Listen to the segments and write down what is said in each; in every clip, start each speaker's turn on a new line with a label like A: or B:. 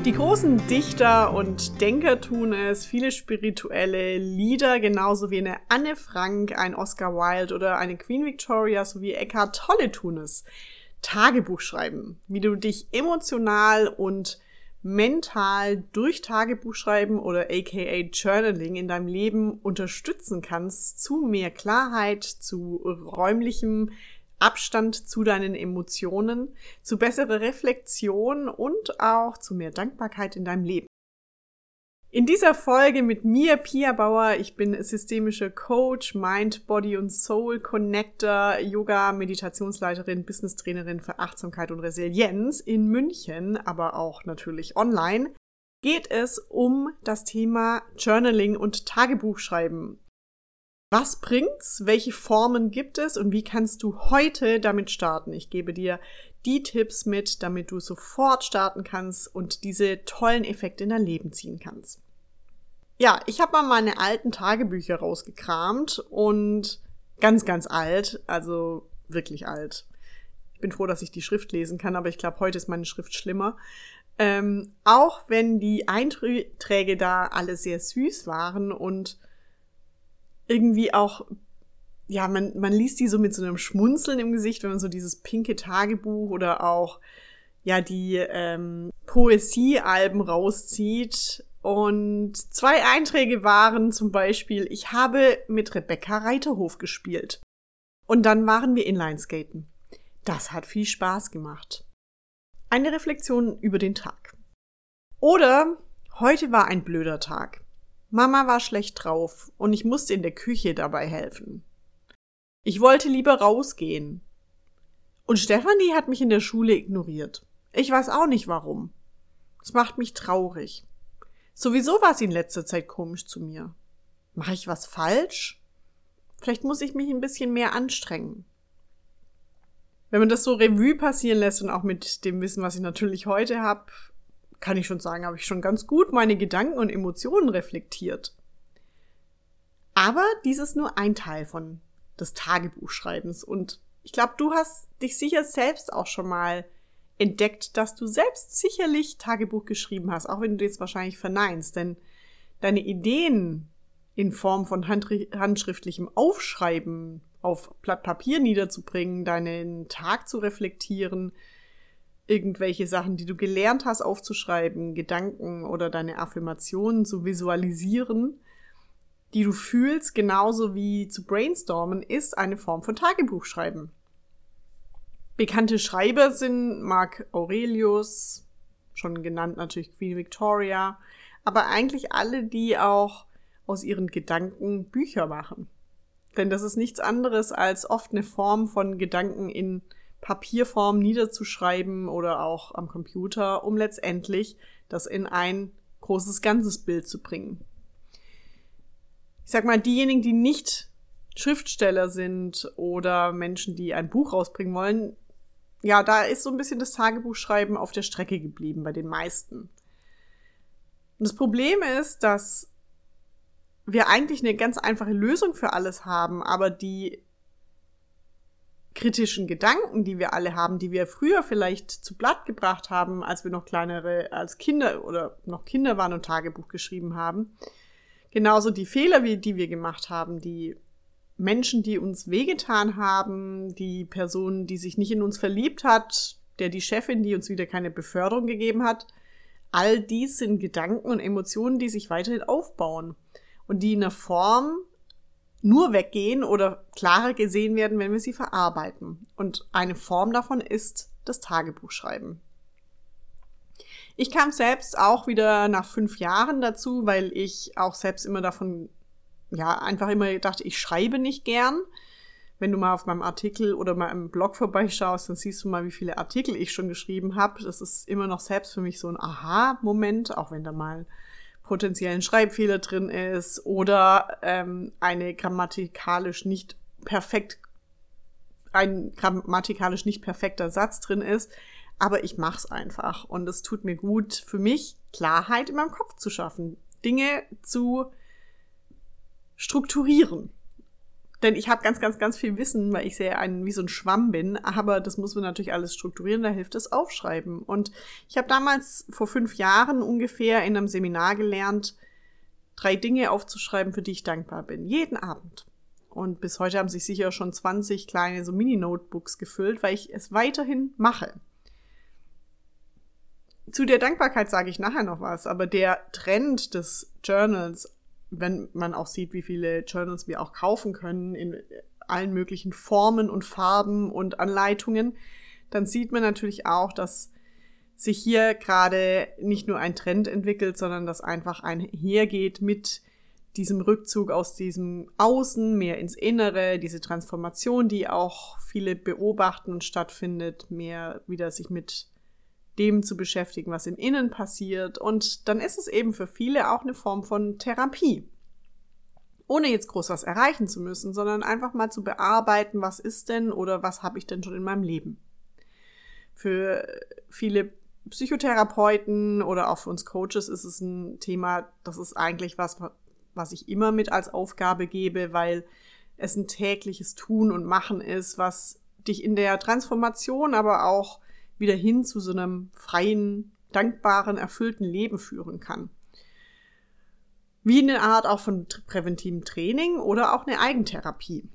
A: Die großen Dichter und Denker tun es, viele spirituelle Lieder, genauso wie eine Anne Frank, ein Oscar Wilde oder eine Queen Victoria sowie Eckhart Tolle tun es. Tagebuch schreiben, wie du dich emotional und mental durch Tagebuchschreiben oder aka Journaling in deinem Leben unterstützen kannst zu mehr Klarheit, zu räumlichem Abstand zu deinen Emotionen, zu besserer Reflexion und auch zu mehr Dankbarkeit in deinem Leben. In dieser Folge mit mir, Pia Bauer, ich bin systemischer Coach, Mind, Body und Soul Connector, Yoga, Meditationsleiterin, Business-Trainerin für Achtsamkeit und Resilienz in München, aber auch natürlich online, geht es um das Thema Journaling und Tagebuchschreiben. Was bringt's? Welche Formen gibt es? Und wie kannst du heute damit starten? Ich gebe dir die Tipps mit, damit du sofort starten kannst und diese tollen Effekte in dein Leben ziehen kannst. Ja, ich habe mal meine alten Tagebücher rausgekramt und ganz, ganz alt, also wirklich alt. Ich bin froh, dass ich die Schrift lesen kann, aber ich glaube, heute ist meine Schrift schlimmer. Auch wenn die Einträge da alle sehr süß waren und irgendwie auch, ja, man liest die so mit so einem Schmunzeln im Gesicht, wenn man so dieses pinke Tagebuch oder auch, ja, die Poesiealben rauszieht. Und 2 Einträge waren zum Beispiel, ich habe mit Rebecca Reiterhof gespielt. Und dann waren wir Inlineskaten. Das hat viel Spaß gemacht. Eine Reflexion über den Tag. Oder, heute war ein blöder Tag. Mama war schlecht drauf und ich musste in der Küche dabei helfen. Ich wollte lieber rausgehen. Und Stefanie hat mich in der Schule ignoriert. Ich weiß auch nicht warum. Das macht mich traurig. Sowieso war sie in letzter Zeit komisch zu mir. Mache ich was falsch? Vielleicht muss ich mich ein bisschen mehr anstrengen. Wenn man das so Revue passieren lässt und auch mit dem Wissen, was ich natürlich heute habe, kann ich schon sagen, habe ich schon ganz gut meine Gedanken und Emotionen reflektiert. Aber dies ist nur ein Teil von des Tagebuchschreibens. Und ich glaube, du hast dich sicher selbst auch schon mal entdeckt, dass du selbst sicherlich Tagebuch geschrieben hast, auch wenn du das wahrscheinlich verneinst. Denn deine Ideen in Form von handschriftlichem Aufschreiben auf Blatt Papier niederzubringen, deinen Tag zu reflektieren, irgendwelche Sachen, die du gelernt hast, aufzuschreiben, Gedanken oder deine Affirmationen zu visualisieren, die du fühlst, genauso wie zu brainstormen, ist eine Form von Tagebuchschreiben. Bekannte Schreiber sind Marc Aurelius, schon genannt natürlich Queen Victoria, aber eigentlich alle, die auch aus ihren Gedanken Bücher machen. Denn das ist nichts anderes als oft eine Form von Gedanken in Papierform niederzuschreiben oder auch am Computer, um letztendlich das in ein großes ganzes Bild zu bringen. Ich sag mal, diejenigen, die nicht Schriftsteller sind oder Menschen, die ein Buch rausbringen wollen, ja, da ist so ein bisschen das Tagebuchschreiben auf der Strecke geblieben bei den meisten. Und das Problem ist, dass wir eigentlich eine ganz einfache Lösung für alles haben, aber die kritischen Gedanken, die wir alle haben, die wir früher vielleicht zu Blatt gebracht haben, als wir noch als Kinder oder noch Kinder waren und Tagebuch geschrieben haben. Genauso die Fehler, die wir gemacht haben, die Menschen, die uns wehgetan haben, die Person, die sich nicht in uns verliebt hat, die Chefin, die uns wieder keine Beförderung gegeben hat. All dies sind Gedanken und Emotionen, die sich weiterhin aufbauen und die in einer Form nur weggehen oder klarer gesehen werden, wenn wir sie verarbeiten. Und eine Form davon ist das Tagebuchschreiben. Ich kam selbst auch wieder nach 5 Jahren dazu, weil ich auch selbst immer davon, ja, einfach immer dachte, ich schreibe nicht gern. Wenn du mal auf meinem Artikel oder mal im Blog vorbeischaust, dann siehst du mal, wie viele Artikel ich schon geschrieben habe. Das ist immer noch selbst für mich so ein Aha-Moment, auch wenn da mal potenziellen Schreibfehler drin ist oder ein grammatikalisch nicht perfekter Satz drin ist. Aber ich mach's einfach und es tut mir gut, für mich Klarheit in meinem Kopf zu schaffen, Dinge zu strukturieren. Denn ich habe ganz, ganz, ganz viel Wissen, weil ich sehr wie so ein Schwamm bin. Aber das muss man natürlich alles strukturieren, da hilft das Aufschreiben. Und ich habe damals vor 5 Jahren ungefähr in einem Seminar gelernt, 3 Dinge aufzuschreiben, für die ich dankbar bin. Jeden Abend. Und bis heute haben sich sicher schon 20 kleine so Mini-Notebooks gefüllt, weil ich es weiterhin mache. Zu der Dankbarkeit sage ich nachher noch was, aber der Trend des Journals, wenn man auch sieht, wie viele Journals wir auch kaufen können in allen möglichen Formen und Farben und Anleitungen, dann sieht man natürlich auch, dass sich hier gerade nicht nur ein Trend entwickelt, sondern dass einfach einhergeht mit diesem Rückzug aus diesem Außen mehr ins Innere, diese Transformation, die auch viele beobachten und stattfindet, mehr wieder sich mit dem zu beschäftigen, was im Innen passiert. Und dann ist es eben für viele auch eine Form von Therapie. Ohne jetzt groß was erreichen zu müssen, sondern einfach mal zu bearbeiten, was ist denn oder was habe ich denn schon in meinem Leben. Für viele Psychotherapeuten oder auch für uns Coaches ist es ein Thema, das ist eigentlich was ich immer mit als Aufgabe gebe, weil es ein tägliches Tun und Machen ist, was dich in der Transformation, aber auch wieder hin zu so einem freien, dankbaren, erfüllten Leben führen kann. Wie eine Art auch von präventivem Training oder auch eine Eigentherapie.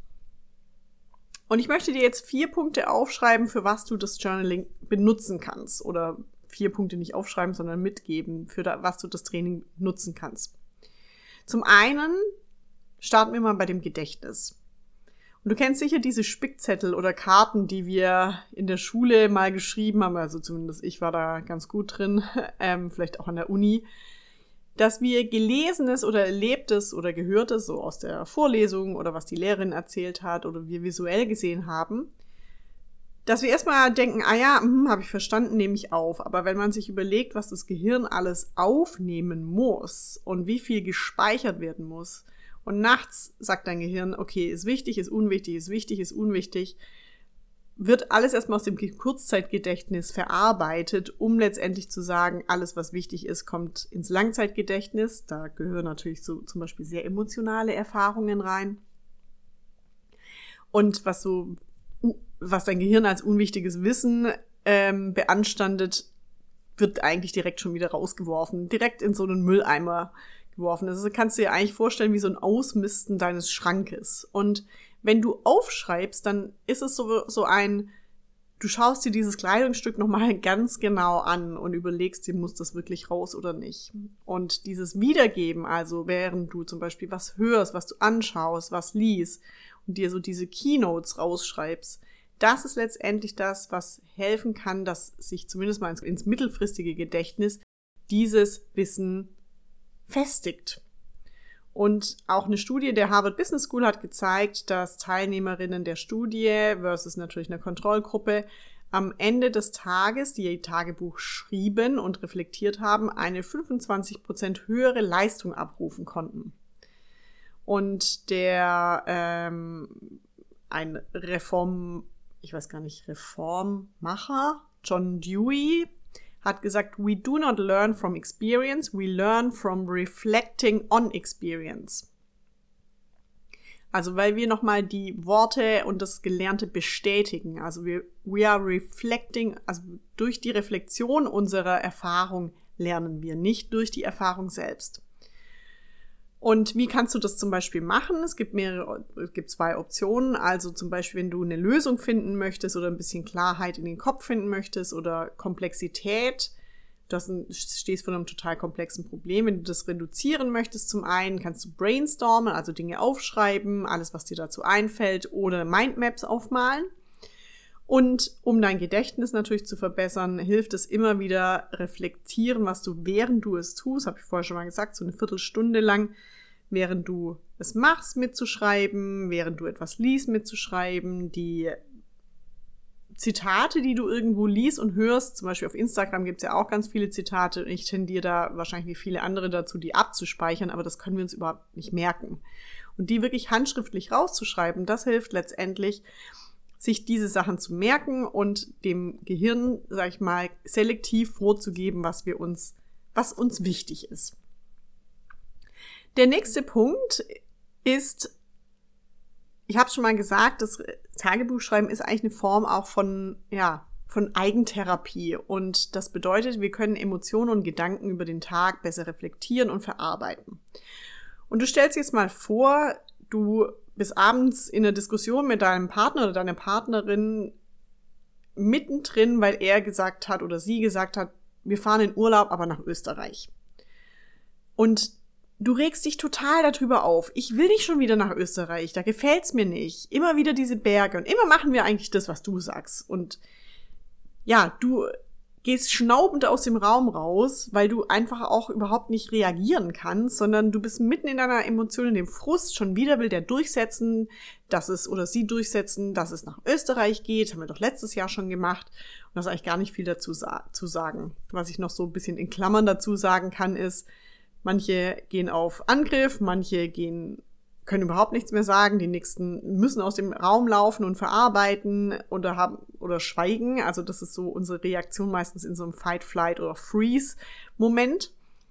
A: Und ich möchte dir jetzt 4 Punkte aufschreiben, für was du das Journaling benutzen kannst. Oder 4 Punkte nicht aufschreiben, sondern mitgeben, für was du das Training nutzen kannst. Zum einen starten wir mal bei dem Gedächtnis. Und du kennst sicher diese Spickzettel oder Karten, die wir in der Schule mal geschrieben haben, also zumindest ich war da ganz gut drin, vielleicht auch an der Uni, dass wir Gelesenes oder Erlebtes oder Gehörtes, so aus der Vorlesung oder was die Lehrerin erzählt hat oder wir visuell gesehen haben, dass wir erstmal denken, habe ich verstanden, nehme ich auf. Aber wenn man sich überlegt, was das Gehirn alles aufnehmen muss und wie viel gespeichert werden muss, und nachts sagt dein Gehirn, okay, ist wichtig, ist unwichtig, ist wichtig, ist unwichtig, wird alles erstmal aus dem Kurzzeitgedächtnis verarbeitet, um letztendlich zu sagen, alles, was wichtig ist, kommt ins Langzeitgedächtnis. Da gehören natürlich so zum Beispiel sehr emotionale Erfahrungen rein. Und was dein Gehirn als unwichtiges Wissen beanstandet, wird eigentlich direkt schon wieder rausgeworfen, direkt in so einen Mülleimer geworfen. Also kannst du dir eigentlich vorstellen wie so ein Ausmisten deines Schrankes. Und wenn du aufschreibst, dann ist es du schaust dir dieses Kleidungsstück nochmal ganz genau an und überlegst dir, muss das wirklich raus oder nicht. Und dieses Wiedergeben, also während du zum Beispiel was hörst, was du anschaust, was liest und dir so diese Keynotes rausschreibst, das ist letztendlich das, was helfen kann, dass sich zumindest mal ins mittelfristige Gedächtnis dieses Wissen festigt. Und auch eine Studie der Harvard Business School hat gezeigt, dass Teilnehmerinnen der Studie versus natürlich einer Kontrollgruppe am Ende des Tages, die ihr Tagebuch schrieben und reflektiert haben, eine 25% höhere Leistung abrufen konnten. Und ein Reformmacher, John Dewey, hat gesagt, we do not learn from experience, we learn from reflecting on experience. Also weil wir nochmal die Worte und das Gelernte bestätigen. Also we are reflecting, also durch die Reflexion unserer Erfahrung lernen wir, nicht durch die Erfahrung selbst. Und wie kannst du das zum Beispiel machen? Es gibt 2 Optionen. Also zum Beispiel, wenn du eine Lösung finden möchtest oder ein bisschen Klarheit in den Kopf finden möchtest oder Komplexität, stehst vor einem total komplexen Problem. Wenn du das reduzieren möchtest, zum einen kannst du brainstormen, also Dinge aufschreiben, alles, was dir dazu einfällt, oder Mindmaps aufmalen. Und um dein Gedächtnis natürlich zu verbessern, hilft es immer wieder reflektieren, was du, während du es tust, habe ich vorher schon mal gesagt, so eine Viertelstunde lang, während du es machst, mitzuschreiben, während du etwas liest, mitzuschreiben, die Zitate, die du irgendwo liest und hörst, zum Beispiel auf Instagram gibt es ja auch ganz viele Zitate und ich tendiere da wahrscheinlich wie viele andere dazu, die abzuspeichern, aber das können wir uns überhaupt nicht merken. Und die wirklich handschriftlich rauszuschreiben, das hilft letztendlich, sich diese Sachen zu merken und dem Gehirn, sag ich mal, selektiv vorzugeben, was uns wichtig ist. Der nächste Punkt ist ich habe schon mal gesagt, das Tagebuchschreiben ist eigentlich eine Form auch von Eigentherapie. Und das bedeutet, wir können Emotionen und Gedanken über den Tag besser reflektieren und verarbeiten. Und du stellst dir jetzt mal vor, du bist abends in einer Diskussion mit deinem Partner oder deiner Partnerin mittendrin, weil er gesagt hat oder sie gesagt hat, wir fahren in Urlaub, aber nach Österreich. Und du regst dich total darüber auf. Ich will nicht schon wieder nach Österreich, da gefällt's mir nicht. Immer wieder diese Berge und immer machen wir eigentlich das, was du sagst. Und ja, du gehst schnaubend aus dem Raum raus, weil du einfach auch überhaupt nicht reagieren kannst, sondern du bist mitten in deiner Emotion, in dem Frust. Schon wieder will der durchsetzen, dass es oder sie durchsetzen, dass es nach Österreich geht. Das haben wir doch letztes Jahr schon gemacht. Und da ist eigentlich gar nicht viel dazu zu sagen. Was ich noch so ein bisschen in Klammern dazu sagen kann, ist, manche gehen auf Angriff, manche können überhaupt nichts mehr sagen, die nächsten müssen aus dem Raum laufen und verarbeiten oder schweigen. Also das ist so unsere Reaktion meistens in so einem Fight, Flight oder Freeze-Moment.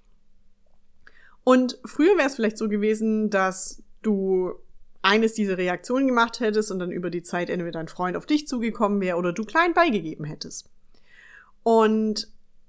A: Und früher wäre es vielleicht so gewesen, dass du eines dieser Reaktionen gemacht hättest und dann über die Zeit entweder dein Freund auf dich zugekommen wäre oder du klein beigegeben hättest. Und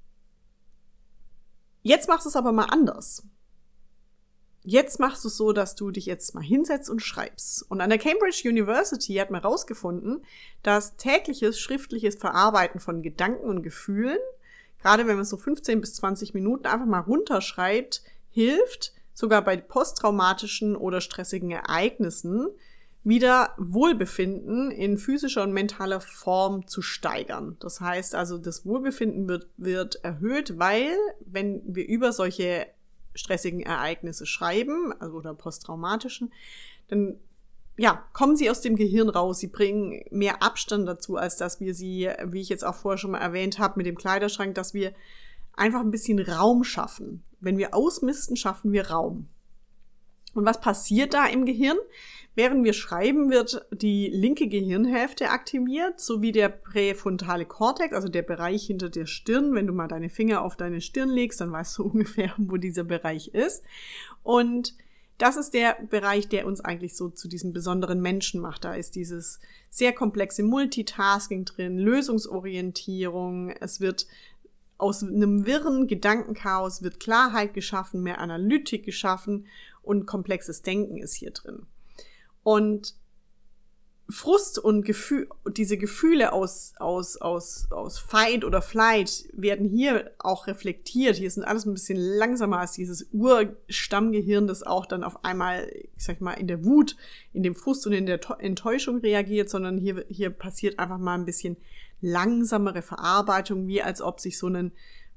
A: jetzt machst du es aber mal anders. Jetzt machst du es so, dass du dich jetzt mal hinsetzt und schreibst. Und an der Cambridge University hat man herausgefunden, dass tägliches schriftliches Verarbeiten von Gedanken und Gefühlen, gerade wenn man so 15 bis 20 Minuten einfach mal runterschreibt, hilft, sogar bei posttraumatischen oder stressigen Ereignissen, wieder Wohlbefinden in physischer und mentaler Form zu steigern. Das heißt also, das Wohlbefinden wird erhöht, weil, wenn wir über solche stressigen Ereignisse schreiben, also oder posttraumatischen, dann kommen sie aus dem Gehirn raus. Sie bringen mehr Abstand dazu, als dass wir sie, wie ich jetzt auch vorher schon mal erwähnt habe, mit dem Kleiderschrank, dass wir einfach ein bisschen Raum schaffen. Wenn wir ausmisten, schaffen wir Raum. Und was passiert da im Gehirn? Während wir schreiben, wird die linke Gehirnhälfte aktiviert, sowie der präfrontale Kortex, also der Bereich hinter der Stirn. Wenn du mal deine Finger auf deine Stirn legst, dann weißt du ungefähr, wo dieser Bereich ist. Und das ist der Bereich, der uns eigentlich so zu diesem besonderen Menschen macht. Da ist dieses sehr komplexe Multitasking drin, Lösungsorientierung. Es wird aus einem wirren Gedankenchaos wird Klarheit geschaffen, mehr Analytik geschaffen und komplexes Denken ist hier drin. Und Frust und diese Gefühle aus Fight oder Flight werden hier auch reflektiert. Hier sind alles ein bisschen langsamer als dieses Urstammgehirn, das auch dann auf einmal, ich sag mal, in der Wut, in dem Frust und in der Enttäuschung reagiert, sondern hier passiert einfach mal ein bisschen langsamere Verarbeitung, wie als ob sich so ein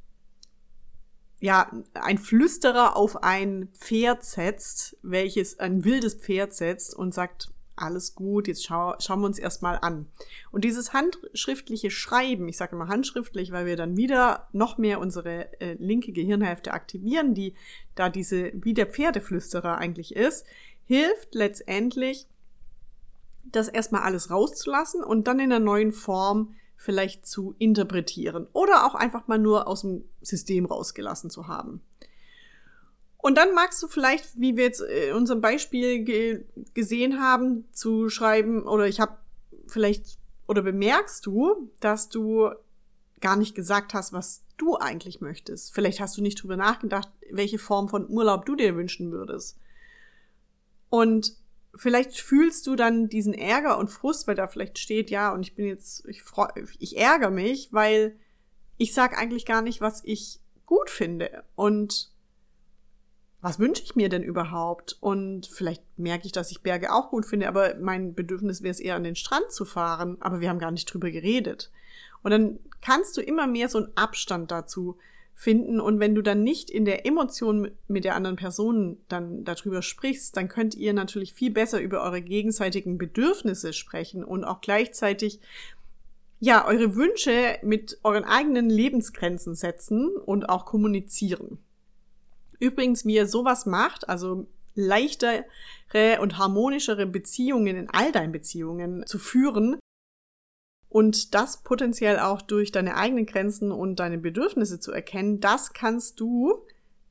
A: Flüsterer auf ein Pferd setzt, ein wildes Pferd setzt und sagt, alles gut, jetzt schauen wir uns erstmal an. Und dieses handschriftliche Schreiben, ich sage immer handschriftlich, weil wir dann wieder noch mehr unsere linke Gehirnhälfte aktivieren, die da wie der Pferdeflüsterer eigentlich ist, hilft letztendlich, das erstmal alles rauszulassen und dann in einer neuen Form vielleicht zu interpretieren oder auch einfach mal nur aus dem System rausgelassen zu haben. Und dann magst du vielleicht, wie wir jetzt in unserem Beispiel gesehen haben, zu schreiben, oder bemerkst du, dass du gar nicht gesagt hast, was du eigentlich möchtest. Vielleicht hast du nicht drüber nachgedacht, welche Form von Urlaub du dir wünschen würdest. Und vielleicht fühlst du dann diesen Ärger und Frust, weil da vielleicht steht, und ich ärgere mich, weil ich sag eigentlich gar nicht, was ich gut finde. Und was wünsche ich mir denn überhaupt? Und vielleicht merke ich, dass ich Berge auch gut finde, aber mein Bedürfnis wäre es eher, an den Strand zu fahren, aber wir haben gar nicht drüber geredet. Und dann kannst du immer mehr so einen Abstand dazu finden und wenn du dann nicht in der Emotion mit der anderen Person dann darüber sprichst, dann könnt ihr natürlich viel besser über eure gegenseitigen Bedürfnisse sprechen und auch gleichzeitig eure Wünsche mit euren eigenen Lebensgrenzen setzen und auch kommunizieren. Übrigens, wie ihr sowas macht, also leichtere und harmonischere Beziehungen in all deinen Beziehungen zu führen und das potenziell auch durch deine eigenen Grenzen und deine Bedürfnisse zu erkennen, das kannst du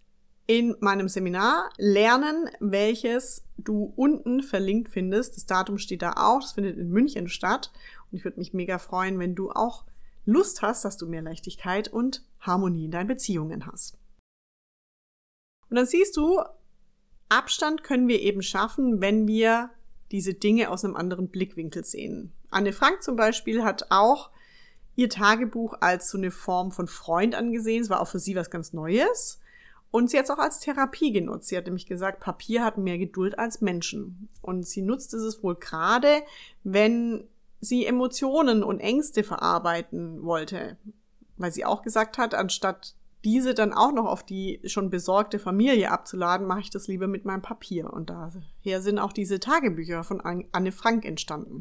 A: in meinem Seminar lernen, welches du unten verlinkt findest. Das Datum steht da auch, das findet in München statt. Und ich würde mich mega freuen, wenn du auch Lust hast, dass du mehr Leichtigkeit und Harmonie in deinen Beziehungen hast. Und dann siehst du, Abstand können wir eben schaffen, wenn wir diese Dinge aus einem anderen Blickwinkel sehen. Anne Frank zum Beispiel hat auch ihr Tagebuch als so eine Form von Freund angesehen. Es war auch für sie was ganz Neues. Und sie hat es auch als Therapie genutzt. Sie hat nämlich gesagt, Papier hat mehr Geduld als Menschen. Und sie nutzt es wohl gerade, wenn sie Emotionen und Ängste verarbeiten wollte. Weil sie auch gesagt hat, anstatt diese dann auch noch auf die schon besorgte Familie abzuladen, mache ich das lieber mit meinem Papier. Und daher sind auch diese Tagebücher von Anne Frank entstanden.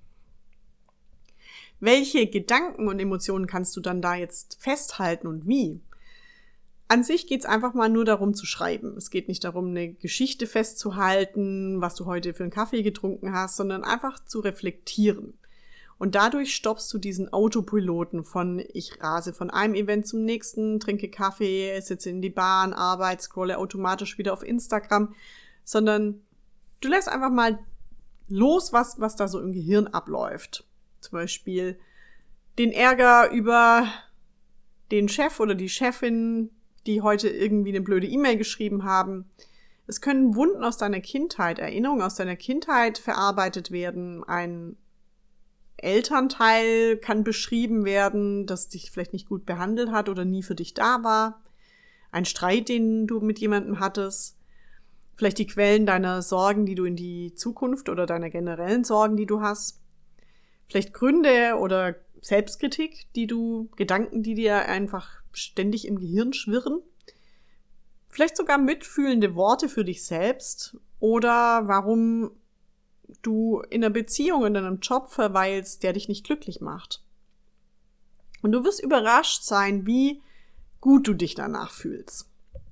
A: Welche Gedanken und Emotionen kannst du dann da jetzt festhalten und wie? An sich geht es einfach mal nur darum zu schreiben. Es geht nicht darum, eine Geschichte festzuhalten, was du heute für einen Kaffee getrunken hast, sondern einfach zu reflektieren. Und dadurch stoppst du diesen Autopiloten von ich rase von einem Event zum nächsten, trinke Kaffee, sitze in die Bahn, arbeite, scrolle automatisch wieder auf Instagram, sondern du lässt einfach mal los, was da so im Gehirn abläuft. Zum Beispiel den Ärger über den Chef oder die Chefin, die heute irgendwie eine blöde E-Mail geschrieben haben. Es können Wunden aus deiner Kindheit, Erinnerungen aus deiner Kindheit verarbeitet werden. Ein Elternteil kann beschrieben werden, das dich vielleicht nicht gut behandelt hat oder nie für dich da war. Ein Streit, den du mit jemandem hattest. Vielleicht die Quellen deiner Sorgen, die du in die Zukunft oder deiner generellen Sorgen, die du hast. Vielleicht Gründe oder Selbstkritik, Gedanken, die dir einfach ständig im Gehirn schwirren. Vielleicht sogar mitfühlende Worte für dich selbst oder warum du in einer Beziehung, in einem Job verweilst, der dich nicht glücklich macht. Und du wirst überrascht sein, wie gut du dich danach fühlst.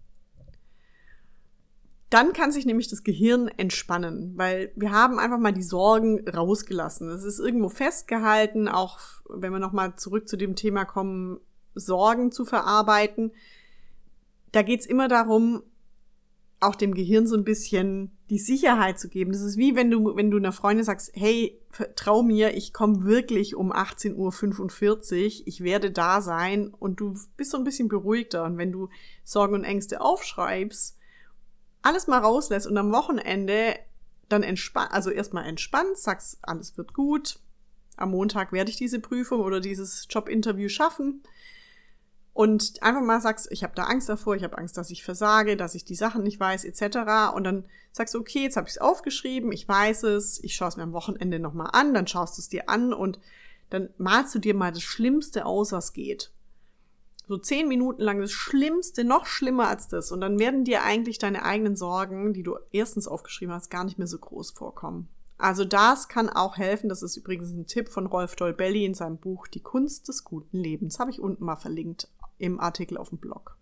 A: Dann kann sich nämlich das Gehirn entspannen, weil wir haben einfach mal die Sorgen rausgelassen. Es ist irgendwo festgehalten, auch wenn wir nochmal zurück zu dem Thema kommen, Sorgen zu verarbeiten. Da geht's immer darum, auch dem Gehirn so ein bisschen die Sicherheit zu geben. Das ist wie wenn du einer Freundin sagst, hey, vertrau mir, ich komme wirklich um 18:45 Uhr, ich werde da sein und du bist so ein bisschen beruhigter. Und wenn du Sorgen und Ängste aufschreibst, alles mal rauslässt und am Wochenende dann erstmal entspannt, sagst, alles wird gut, am Montag werde ich diese Prüfung oder dieses Jobinterview schaffen und einfach mal sagst, ich habe da Angst davor, ich habe Angst, dass ich versage, dass ich die Sachen nicht weiß, etc. Und dann sagst du, okay, jetzt habe ich es aufgeschrieben, ich weiß es, ich schaue es mir am Wochenende nochmal an, dann schaust du es dir an und dann malst du dir mal das Schlimmste aus, was geht. So 10 Minuten lang das Schlimmste, noch schlimmer als das. Und dann werden dir eigentlich deine eigenen Sorgen, die du erstens aufgeschrieben hast, gar nicht mehr so groß vorkommen. Also das kann auch helfen. Das ist übrigens ein Tipp von Rolf Dolbelli in seinem Buch Die Kunst des guten Lebens. Habe ich unten mal verlinkt im Artikel auf dem Blog.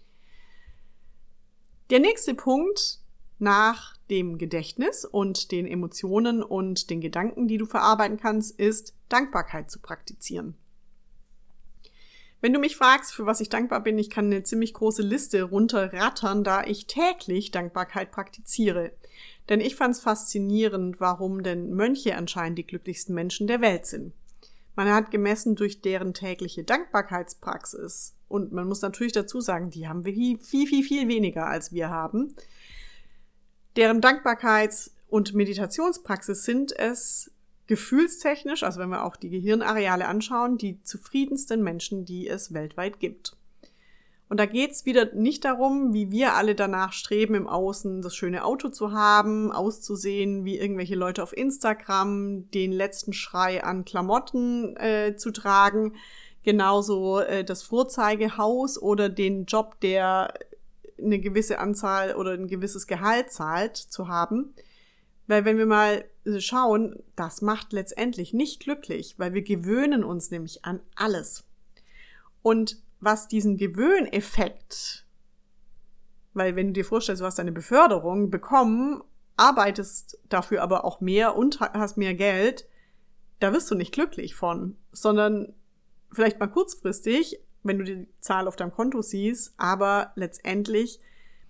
A: Der nächste Punkt nach dem Gedächtnis und den Emotionen und den Gedanken, die du verarbeiten kannst, ist Dankbarkeit zu praktizieren. Wenn du mich fragst, für was ich dankbar bin, ich kann eine ziemlich große Liste runterrattern, da ich täglich Dankbarkeit praktiziere. Denn ich fand es faszinierend, warum denn Mönche anscheinend die glücklichsten Menschen der Welt sind. Man hat gemessen durch deren tägliche Dankbarkeitspraxis. Und man muss natürlich dazu sagen, die haben viel, viel, viel weniger als wir haben. Deren Dankbarkeits- und Meditationspraxis sind es, gefühlstechnisch, also wenn wir auch die Gehirnareale anschauen, die zufriedensten Menschen, die es weltweit gibt. Und da geht's wieder nicht darum, wie wir alle danach streben, im Außen das schöne Auto zu haben, auszusehen wie irgendwelche Leute auf Instagram, den letzten Schrei an Klamotten zu tragen, genauso das Vorzeigehaus oder den Job, der eine gewisse Anzahl oder ein gewisses Gehalt zahlt, zu haben. Weil wenn wir mal schauen, das macht letztendlich nicht glücklich, weil wir gewöhnen uns nämlich an alles. Und was diesen Gewöhneffekt, weil wenn du dir vorstellst, du hast eine Beförderung bekommen, arbeitest dafür aber auch mehr und hast mehr Geld, da wirst du nicht glücklich von, sondern vielleicht mal kurzfristig, wenn du die Zahl auf deinem Konto siehst, aber letztendlich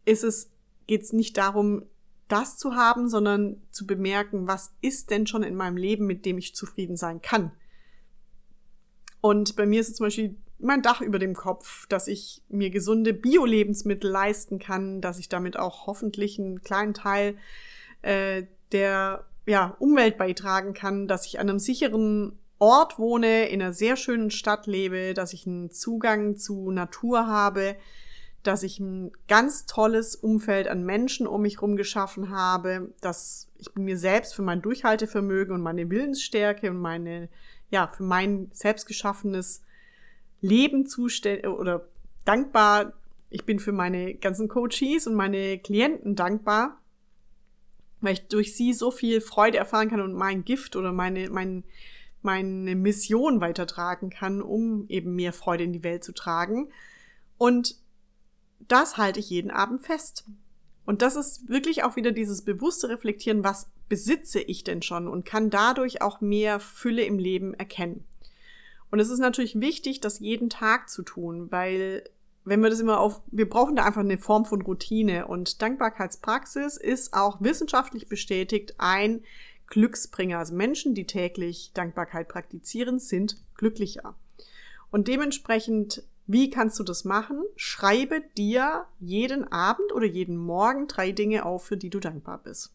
A: geht es nicht darum, das zu haben, sondern zu bemerken, was ist denn schon in meinem Leben, mit dem ich zufrieden sein kann. Und bei mir ist es zum Beispiel mein Dach über dem Kopf, dass ich mir gesunde Bio-Lebensmittel leisten kann, dass ich damit auch hoffentlich einen kleinen Teil der Umwelt beitragen kann, dass ich an einem sicheren Ort wohne, in einer sehr schönen Stadt lebe, dass ich einen Zugang zu Natur habe, dass ich ein ganz tolles Umfeld an Menschen um mich herum geschaffen habe, dass ich mir selbst für mein Durchhaltevermögen und meine Willensstärke und für mein selbst geschaffenes Leben oder dankbar. Ich bin für meine ganzen Coaches und meine Klienten dankbar, weil ich durch sie so viel Freude erfahren kann und mein Gift oder meine Mission weitertragen kann, um eben mehr Freude in die Welt zu tragen. Und das halte ich jeden Abend fest. Und das ist wirklich auch wieder dieses bewusste Reflektieren, was besitze ich denn schon und kann dadurch auch mehr Fülle im Leben erkennen. Und es ist natürlich wichtig, das jeden Tag zu tun, weil wenn wir das wir brauchen da einfach eine Form von Routine und Dankbarkeitspraxis ist auch wissenschaftlich bestätigt ein Glücksbringer. Also Menschen, die täglich Dankbarkeit praktizieren, sind glücklicher. Und dementsprechend, wie kannst du das machen? Schreibe dir jeden Abend oder jeden Morgen 3 Dinge auf, für die du dankbar bist.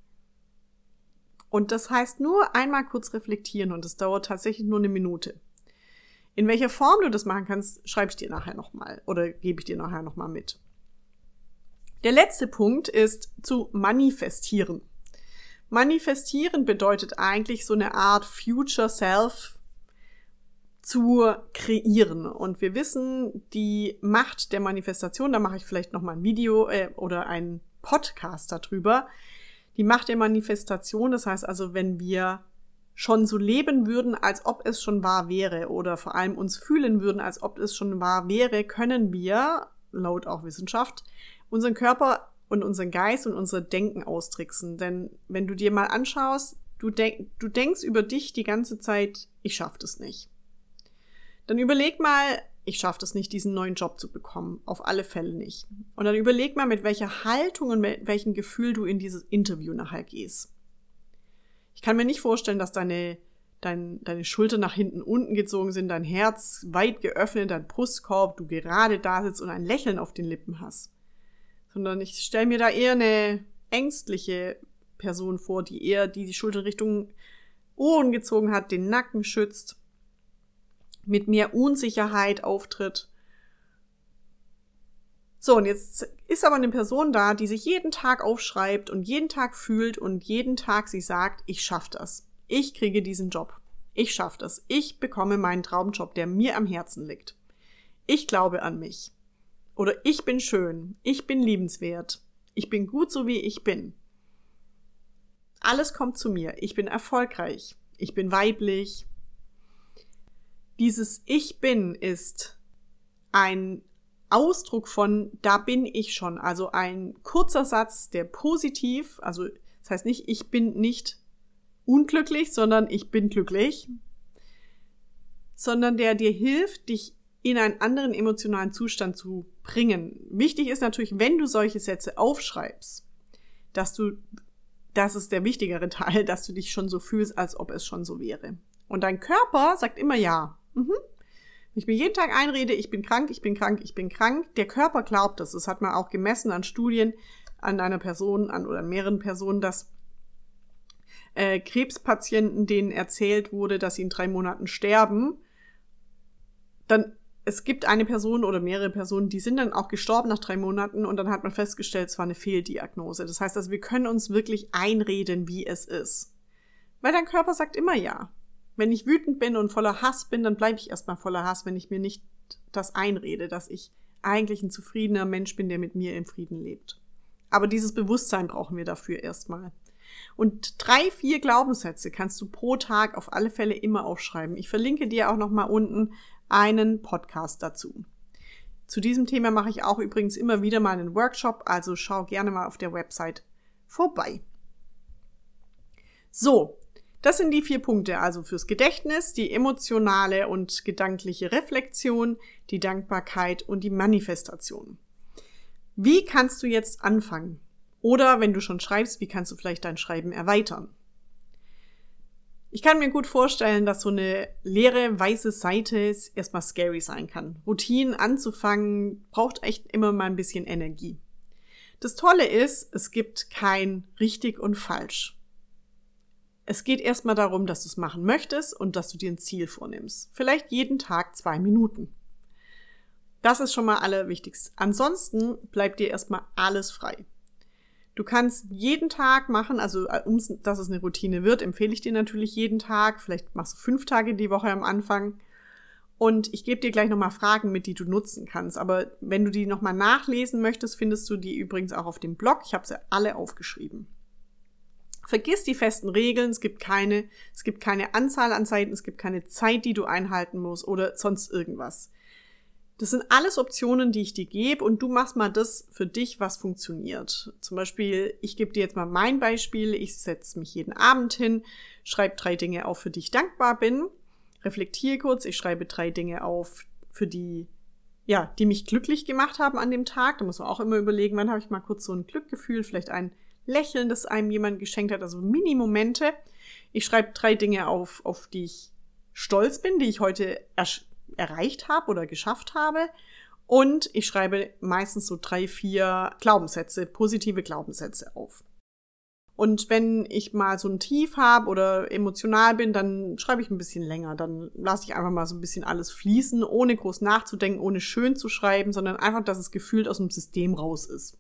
A: Und das heißt nur einmal kurz reflektieren und es dauert tatsächlich nur 1 Minute. In welcher Form du das machen kannst, schreibe ich dir nachher nochmal oder gebe ich dir nachher nochmal mit. Der letzte Punkt ist zu manifestieren. Manifestieren bedeutet eigentlich so eine Art Future Self zu kreieren. Und wir wissen, die Macht der Manifestation, da mache ich vielleicht nochmal ein Video oder einen Podcast darüber. Die Macht der Manifestation, das heißt also, wenn wir schon so leben würden, als ob es schon wahr wäre oder vor allem uns fühlen würden, als ob es schon wahr wäre, können wir, laut auch Wissenschaft, unseren Körper und unseren Geist und unser Denken austricksen. Denn wenn du dir mal anschaust, du denkst über dich die ganze Zeit, ich schaffe das nicht. Dann überleg mal, ich schaffe das nicht, diesen neuen Job zu bekommen. Auf alle Fälle nicht. Und dann überleg mal, mit welcher Haltung und mit welchem Gefühl du in dieses Interview nachher gehst. Ich kann mir nicht vorstellen, dass deine Schultern nach hinten unten gezogen sind, dein Herz weit geöffnet, dein Brustkorb, du gerade da sitzt und ein Lächeln auf den Lippen hast. Sondern ich stelle mir da eher eine ängstliche Person vor, die Schultern Richtung Ohren gezogen hat, den Nacken schützt, mit mehr Unsicherheit auftritt. So, und jetzt ist aber eine Person da, die sich jeden Tag aufschreibt und jeden Tag fühlt und jeden Tag sie sagt, ich schaffe das. Ich kriege diesen Job. Ich schaffe das. Ich bekomme meinen Traumjob, der mir am Herzen liegt. Ich glaube an mich. Oder ich bin schön. Ich bin liebenswert. Ich bin gut, so wie ich bin. Alles kommt zu mir. Ich bin erfolgreich. Ich bin weiblich. Dieses Ich bin ist ein Ausdruck von, da bin ich schon. Also ein kurzer Satz, der positiv, also das heißt nicht, ich bin nicht unglücklich, sondern ich bin glücklich, sondern der dir hilft, dich in einen anderen emotionalen Zustand zu bringen. Wichtig ist natürlich, wenn du solche Sätze aufschreibst, das ist der wichtigere Teil, dass du dich schon so fühlst, als ob es schon so wäre. Und dein Körper sagt immer ja. Wenn ich mir jeden Tag einrede, ich bin krank, ich bin krank, ich bin krank, der Körper glaubt das. Das hat man auch gemessen an Studien an einer Person oder an mehreren Personen, dass Krebspatienten, denen erzählt wurde, dass sie in 3 Monaten sterben, dann es gibt eine Person oder mehrere Personen, die sind dann auch gestorben nach 3 Monaten und dann hat man festgestellt, es war eine Fehldiagnose. Das heißt also, wir können uns wirklich einreden, wie es ist. Weil dein Körper sagt immer ja. Wenn ich wütend bin und voller Hass bin, dann bleibe ich erstmal voller Hass, wenn ich mir nicht das einrede, dass ich eigentlich ein zufriedener Mensch bin, der mit mir im Frieden lebt. Aber dieses Bewusstsein brauchen wir dafür erstmal. Und 3, 4 Glaubenssätze kannst du pro Tag auf alle Fälle immer aufschreiben. Ich verlinke dir auch nochmal unten einen Podcast dazu. Zu diesem Thema mache ich auch übrigens immer wieder mal einen Workshop, also schau gerne mal auf der Website vorbei. So, das sind die 4 Punkte, also fürs Gedächtnis, die emotionale und gedankliche Reflexion, die Dankbarkeit und die Manifestation. Wie kannst du jetzt anfangen? Oder wenn du schon schreibst, wie kannst du vielleicht dein Schreiben erweitern? Ich kann mir gut vorstellen, dass so eine leere, weiße Seite erstmal scary sein kann. Routinen anzufangen, braucht echt immer mal ein bisschen Energie. Das Tolle ist, es gibt kein richtig und falsch. Es geht erstmal darum, dass du es machen möchtest und dass du dir ein Ziel vornimmst. Vielleicht jeden Tag 2 Minuten. Das ist schon mal allerwichtigst. Ansonsten bleibt dir erstmal alles frei. Du kannst jeden Tag machen, also dass es eine Routine wird, empfehle ich dir natürlich jeden Tag. Vielleicht machst du 5 Tage die Woche am Anfang. Und ich gebe dir gleich nochmal Fragen mit, die du nutzen kannst. Aber wenn du die nochmal nachlesen möchtest, findest du die übrigens auch auf dem Blog. Ich habe sie alle aufgeschrieben. Vergiss die festen Regeln. Es gibt keine Anzahl an Seiten, es gibt keine Zeit, die du einhalten musst oder sonst irgendwas. Das sind alles Optionen, die ich dir gebe und du machst mal das für dich, was funktioniert. Zum Beispiel, ich gebe dir jetzt mal mein Beispiel. Ich setze mich jeden Abend hin, schreibe 3 Dinge auf, für die ich dankbar bin, reflektiere kurz, ich schreibe 3 Dinge auf, für die mich glücklich gemacht haben an dem Tag. Da muss man auch immer überlegen, wann habe ich mal kurz so ein Glückgefühl, vielleicht ein Lächeln, das einem jemand geschenkt hat, also Mini-Momente. Ich schreibe 3 Dinge auf die ich stolz bin, die ich heute erreicht habe oder geschafft habe. Und ich schreibe meistens so 3, 4 Glaubenssätze, positive Glaubenssätze auf. Und wenn ich mal so ein Tief habe oder emotional bin, dann schreibe ich ein bisschen länger. Dann lasse ich einfach mal so ein bisschen alles fließen, ohne groß nachzudenken, ohne schön zu schreiben, sondern einfach, dass es gefühlt aus dem System raus ist.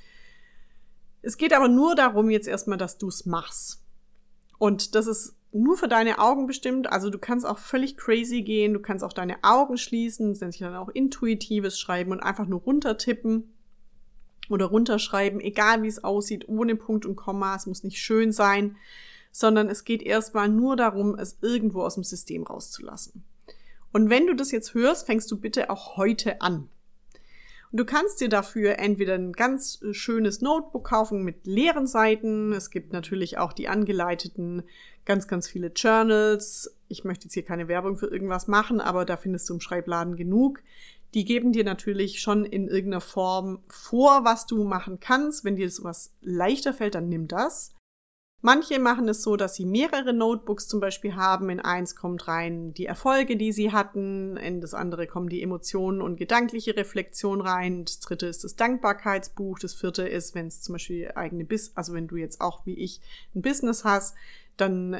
A: Es geht aber nur darum jetzt erstmal, dass du es machst. Und das ist nur für deine Augen bestimmt, also du kannst auch völlig crazy gehen, du kannst auch deine Augen schließen, das nennt sich dann auch intuitives Schreiben und einfach nur runtertippen oder runterschreiben, egal wie es aussieht, ohne Punkt und Komma, es muss nicht schön sein, sondern es geht erstmal nur darum, es irgendwo aus dem System rauszulassen. Und wenn du das jetzt hörst, fängst du bitte auch heute an. Und du kannst dir dafür entweder ein ganz schönes Notebook kaufen mit leeren Seiten. Es gibt natürlich auch die angeleiteten ganz, ganz viele Journals. Ich möchte jetzt hier keine Werbung für irgendwas machen, aber da findest du im Schreibladen genug. Die geben dir natürlich schon in irgendeiner Form vor, was du machen kannst. Wenn dir sowas leichter fällt, dann nimm das. Manche machen es so, dass sie mehrere Notebooks zum Beispiel haben. In eins kommt rein die Erfolge, die sie hatten. In das andere kommen die Emotionen und gedankliche Reflexion rein. Das 3. ist das Dankbarkeitsbuch. Das 4. ist, wenn es zum Beispiel also wenn du jetzt auch wie ich ein Business hast, dann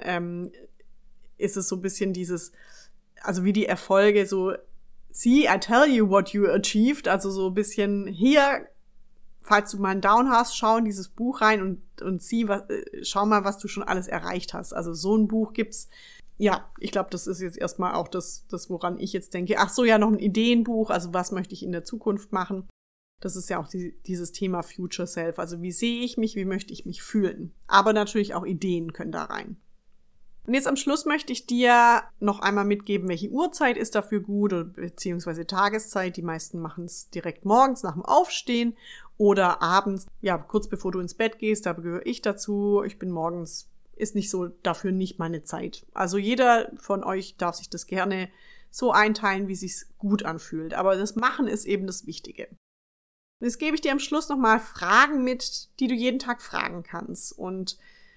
A: ist es so ein bisschen dieses, also wie die Erfolge so, see, I tell you what you achieved. Also so ein bisschen hier, falls du mal einen Down hast, schau in dieses Buch rein und schau mal, was du schon alles erreicht hast. Also so ein Buch gibt's. Ja, ich glaube, das ist jetzt erstmal auch das, woran ich jetzt denke. Ach so, ja, noch ein Ideenbuch. Also was möchte ich in der Zukunft machen? Das ist ja auch dieses Thema Future Self. Also wie sehe ich mich? Wie möchte ich mich fühlen? Aber natürlich auch Ideen können da rein. Und jetzt am Schluss möchte ich dir noch einmal mitgeben, welche Uhrzeit ist dafür gut, beziehungsweise Tageszeit. Die meisten machen es direkt morgens nach dem Aufstehen oder abends, ja, kurz bevor du ins Bett gehst. Da gehöre ich dazu. Ich bin morgens, ist nicht so, dafür nicht meine Zeit. Also jeder von euch darf sich das gerne so einteilen, wie es sich gut anfühlt. Aber das Machen ist eben das Wichtige. Und jetzt gebe ich dir am Schluss nochmal Fragen mit, die du jeden Tag fragen kannst. Und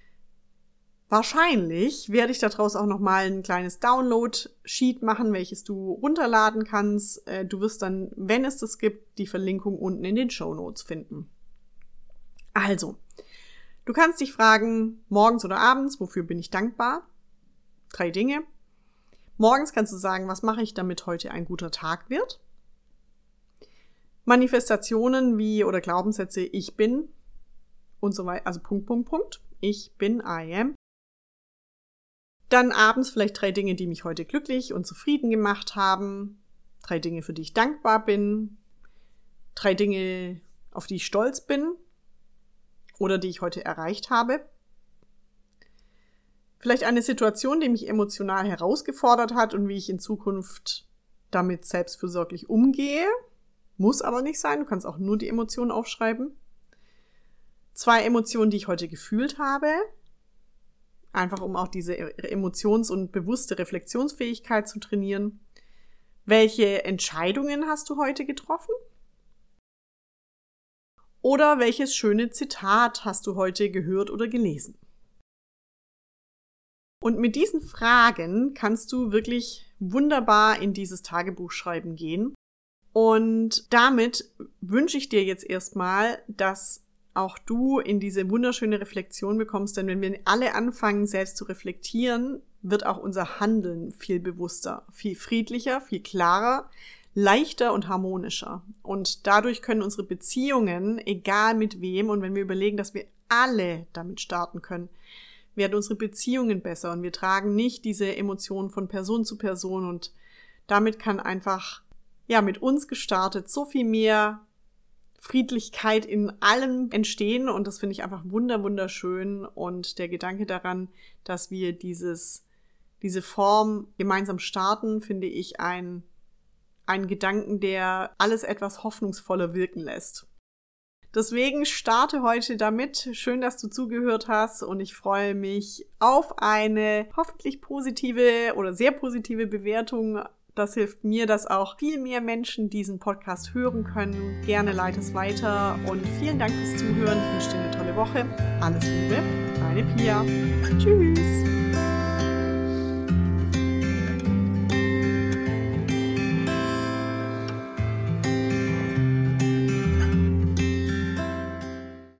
A: wahrscheinlich werde ich daraus auch nochmal ein kleines Download-Sheet machen, welches du runterladen kannst. Du wirst dann, wenn es das gibt, die Verlinkung unten in den Shownotes finden. Also, du kannst dich fragen, morgens oder abends, wofür bin ich dankbar? 3 Dinge. Morgens kannst du sagen, was mache ich, damit heute ein guter Tag wird? Manifestationen oder Glaubenssätze, ich bin und so weiter, also Punkt. Ich bin, I am. Dann abends vielleicht 3 Dinge, die mich heute glücklich und zufrieden gemacht haben. 3 Dinge, für die ich dankbar bin. 3 Dinge, auf die ich stolz bin oder die ich heute erreicht habe. Vielleicht eine Situation, die mich emotional herausgefordert hat und wie ich in Zukunft damit selbstfürsorglich umgehe. Muss aber nicht sein, du kannst auch nur die Emotionen aufschreiben. 2 Emotionen, die ich heute gefühlt habe. Einfach um auch diese Emotions- und bewusste Reflexionsfähigkeit zu trainieren. Welche Entscheidungen hast du heute getroffen? Oder welches schöne Zitat hast du heute gehört oder gelesen? Und mit diesen Fragen kannst du wirklich wunderbar in dieses Tagebuchschreiben gehen. Und damit wünsche ich dir jetzt erstmal, dass auch du in diese wunderschöne Reflexion bekommst, denn wenn wir alle anfangen, selbst zu reflektieren, wird auch unser Handeln viel bewusster, viel friedlicher, viel klarer, leichter und harmonischer. Und dadurch können unsere Beziehungen, egal mit wem, und wenn wir überlegen, dass wir alle damit starten können, werden unsere Beziehungen besser und wir tragen nicht diese Emotionen von Person zu Person und damit kann einfach, mit uns gestartet so viel mehr Friedlichkeit in allem entstehen und das finde ich einfach wunderschön und der Gedanke daran, dass wir diese Form gemeinsam starten, finde ich einen Gedanken, der alles etwas hoffnungsvoller wirken lässt. Deswegen starte heute damit. Schön, dass du zugehört hast und ich freue mich auf eine hoffentlich positive oder sehr positive Bewertung. Das hilft mir, dass auch viel mehr Menschen diesen Podcast hören können. Gerne leite es weiter und vielen Dank fürs Zuhören. Ich wünsche dir eine tolle Woche. Alles Liebe, deine Pia. Tschüss.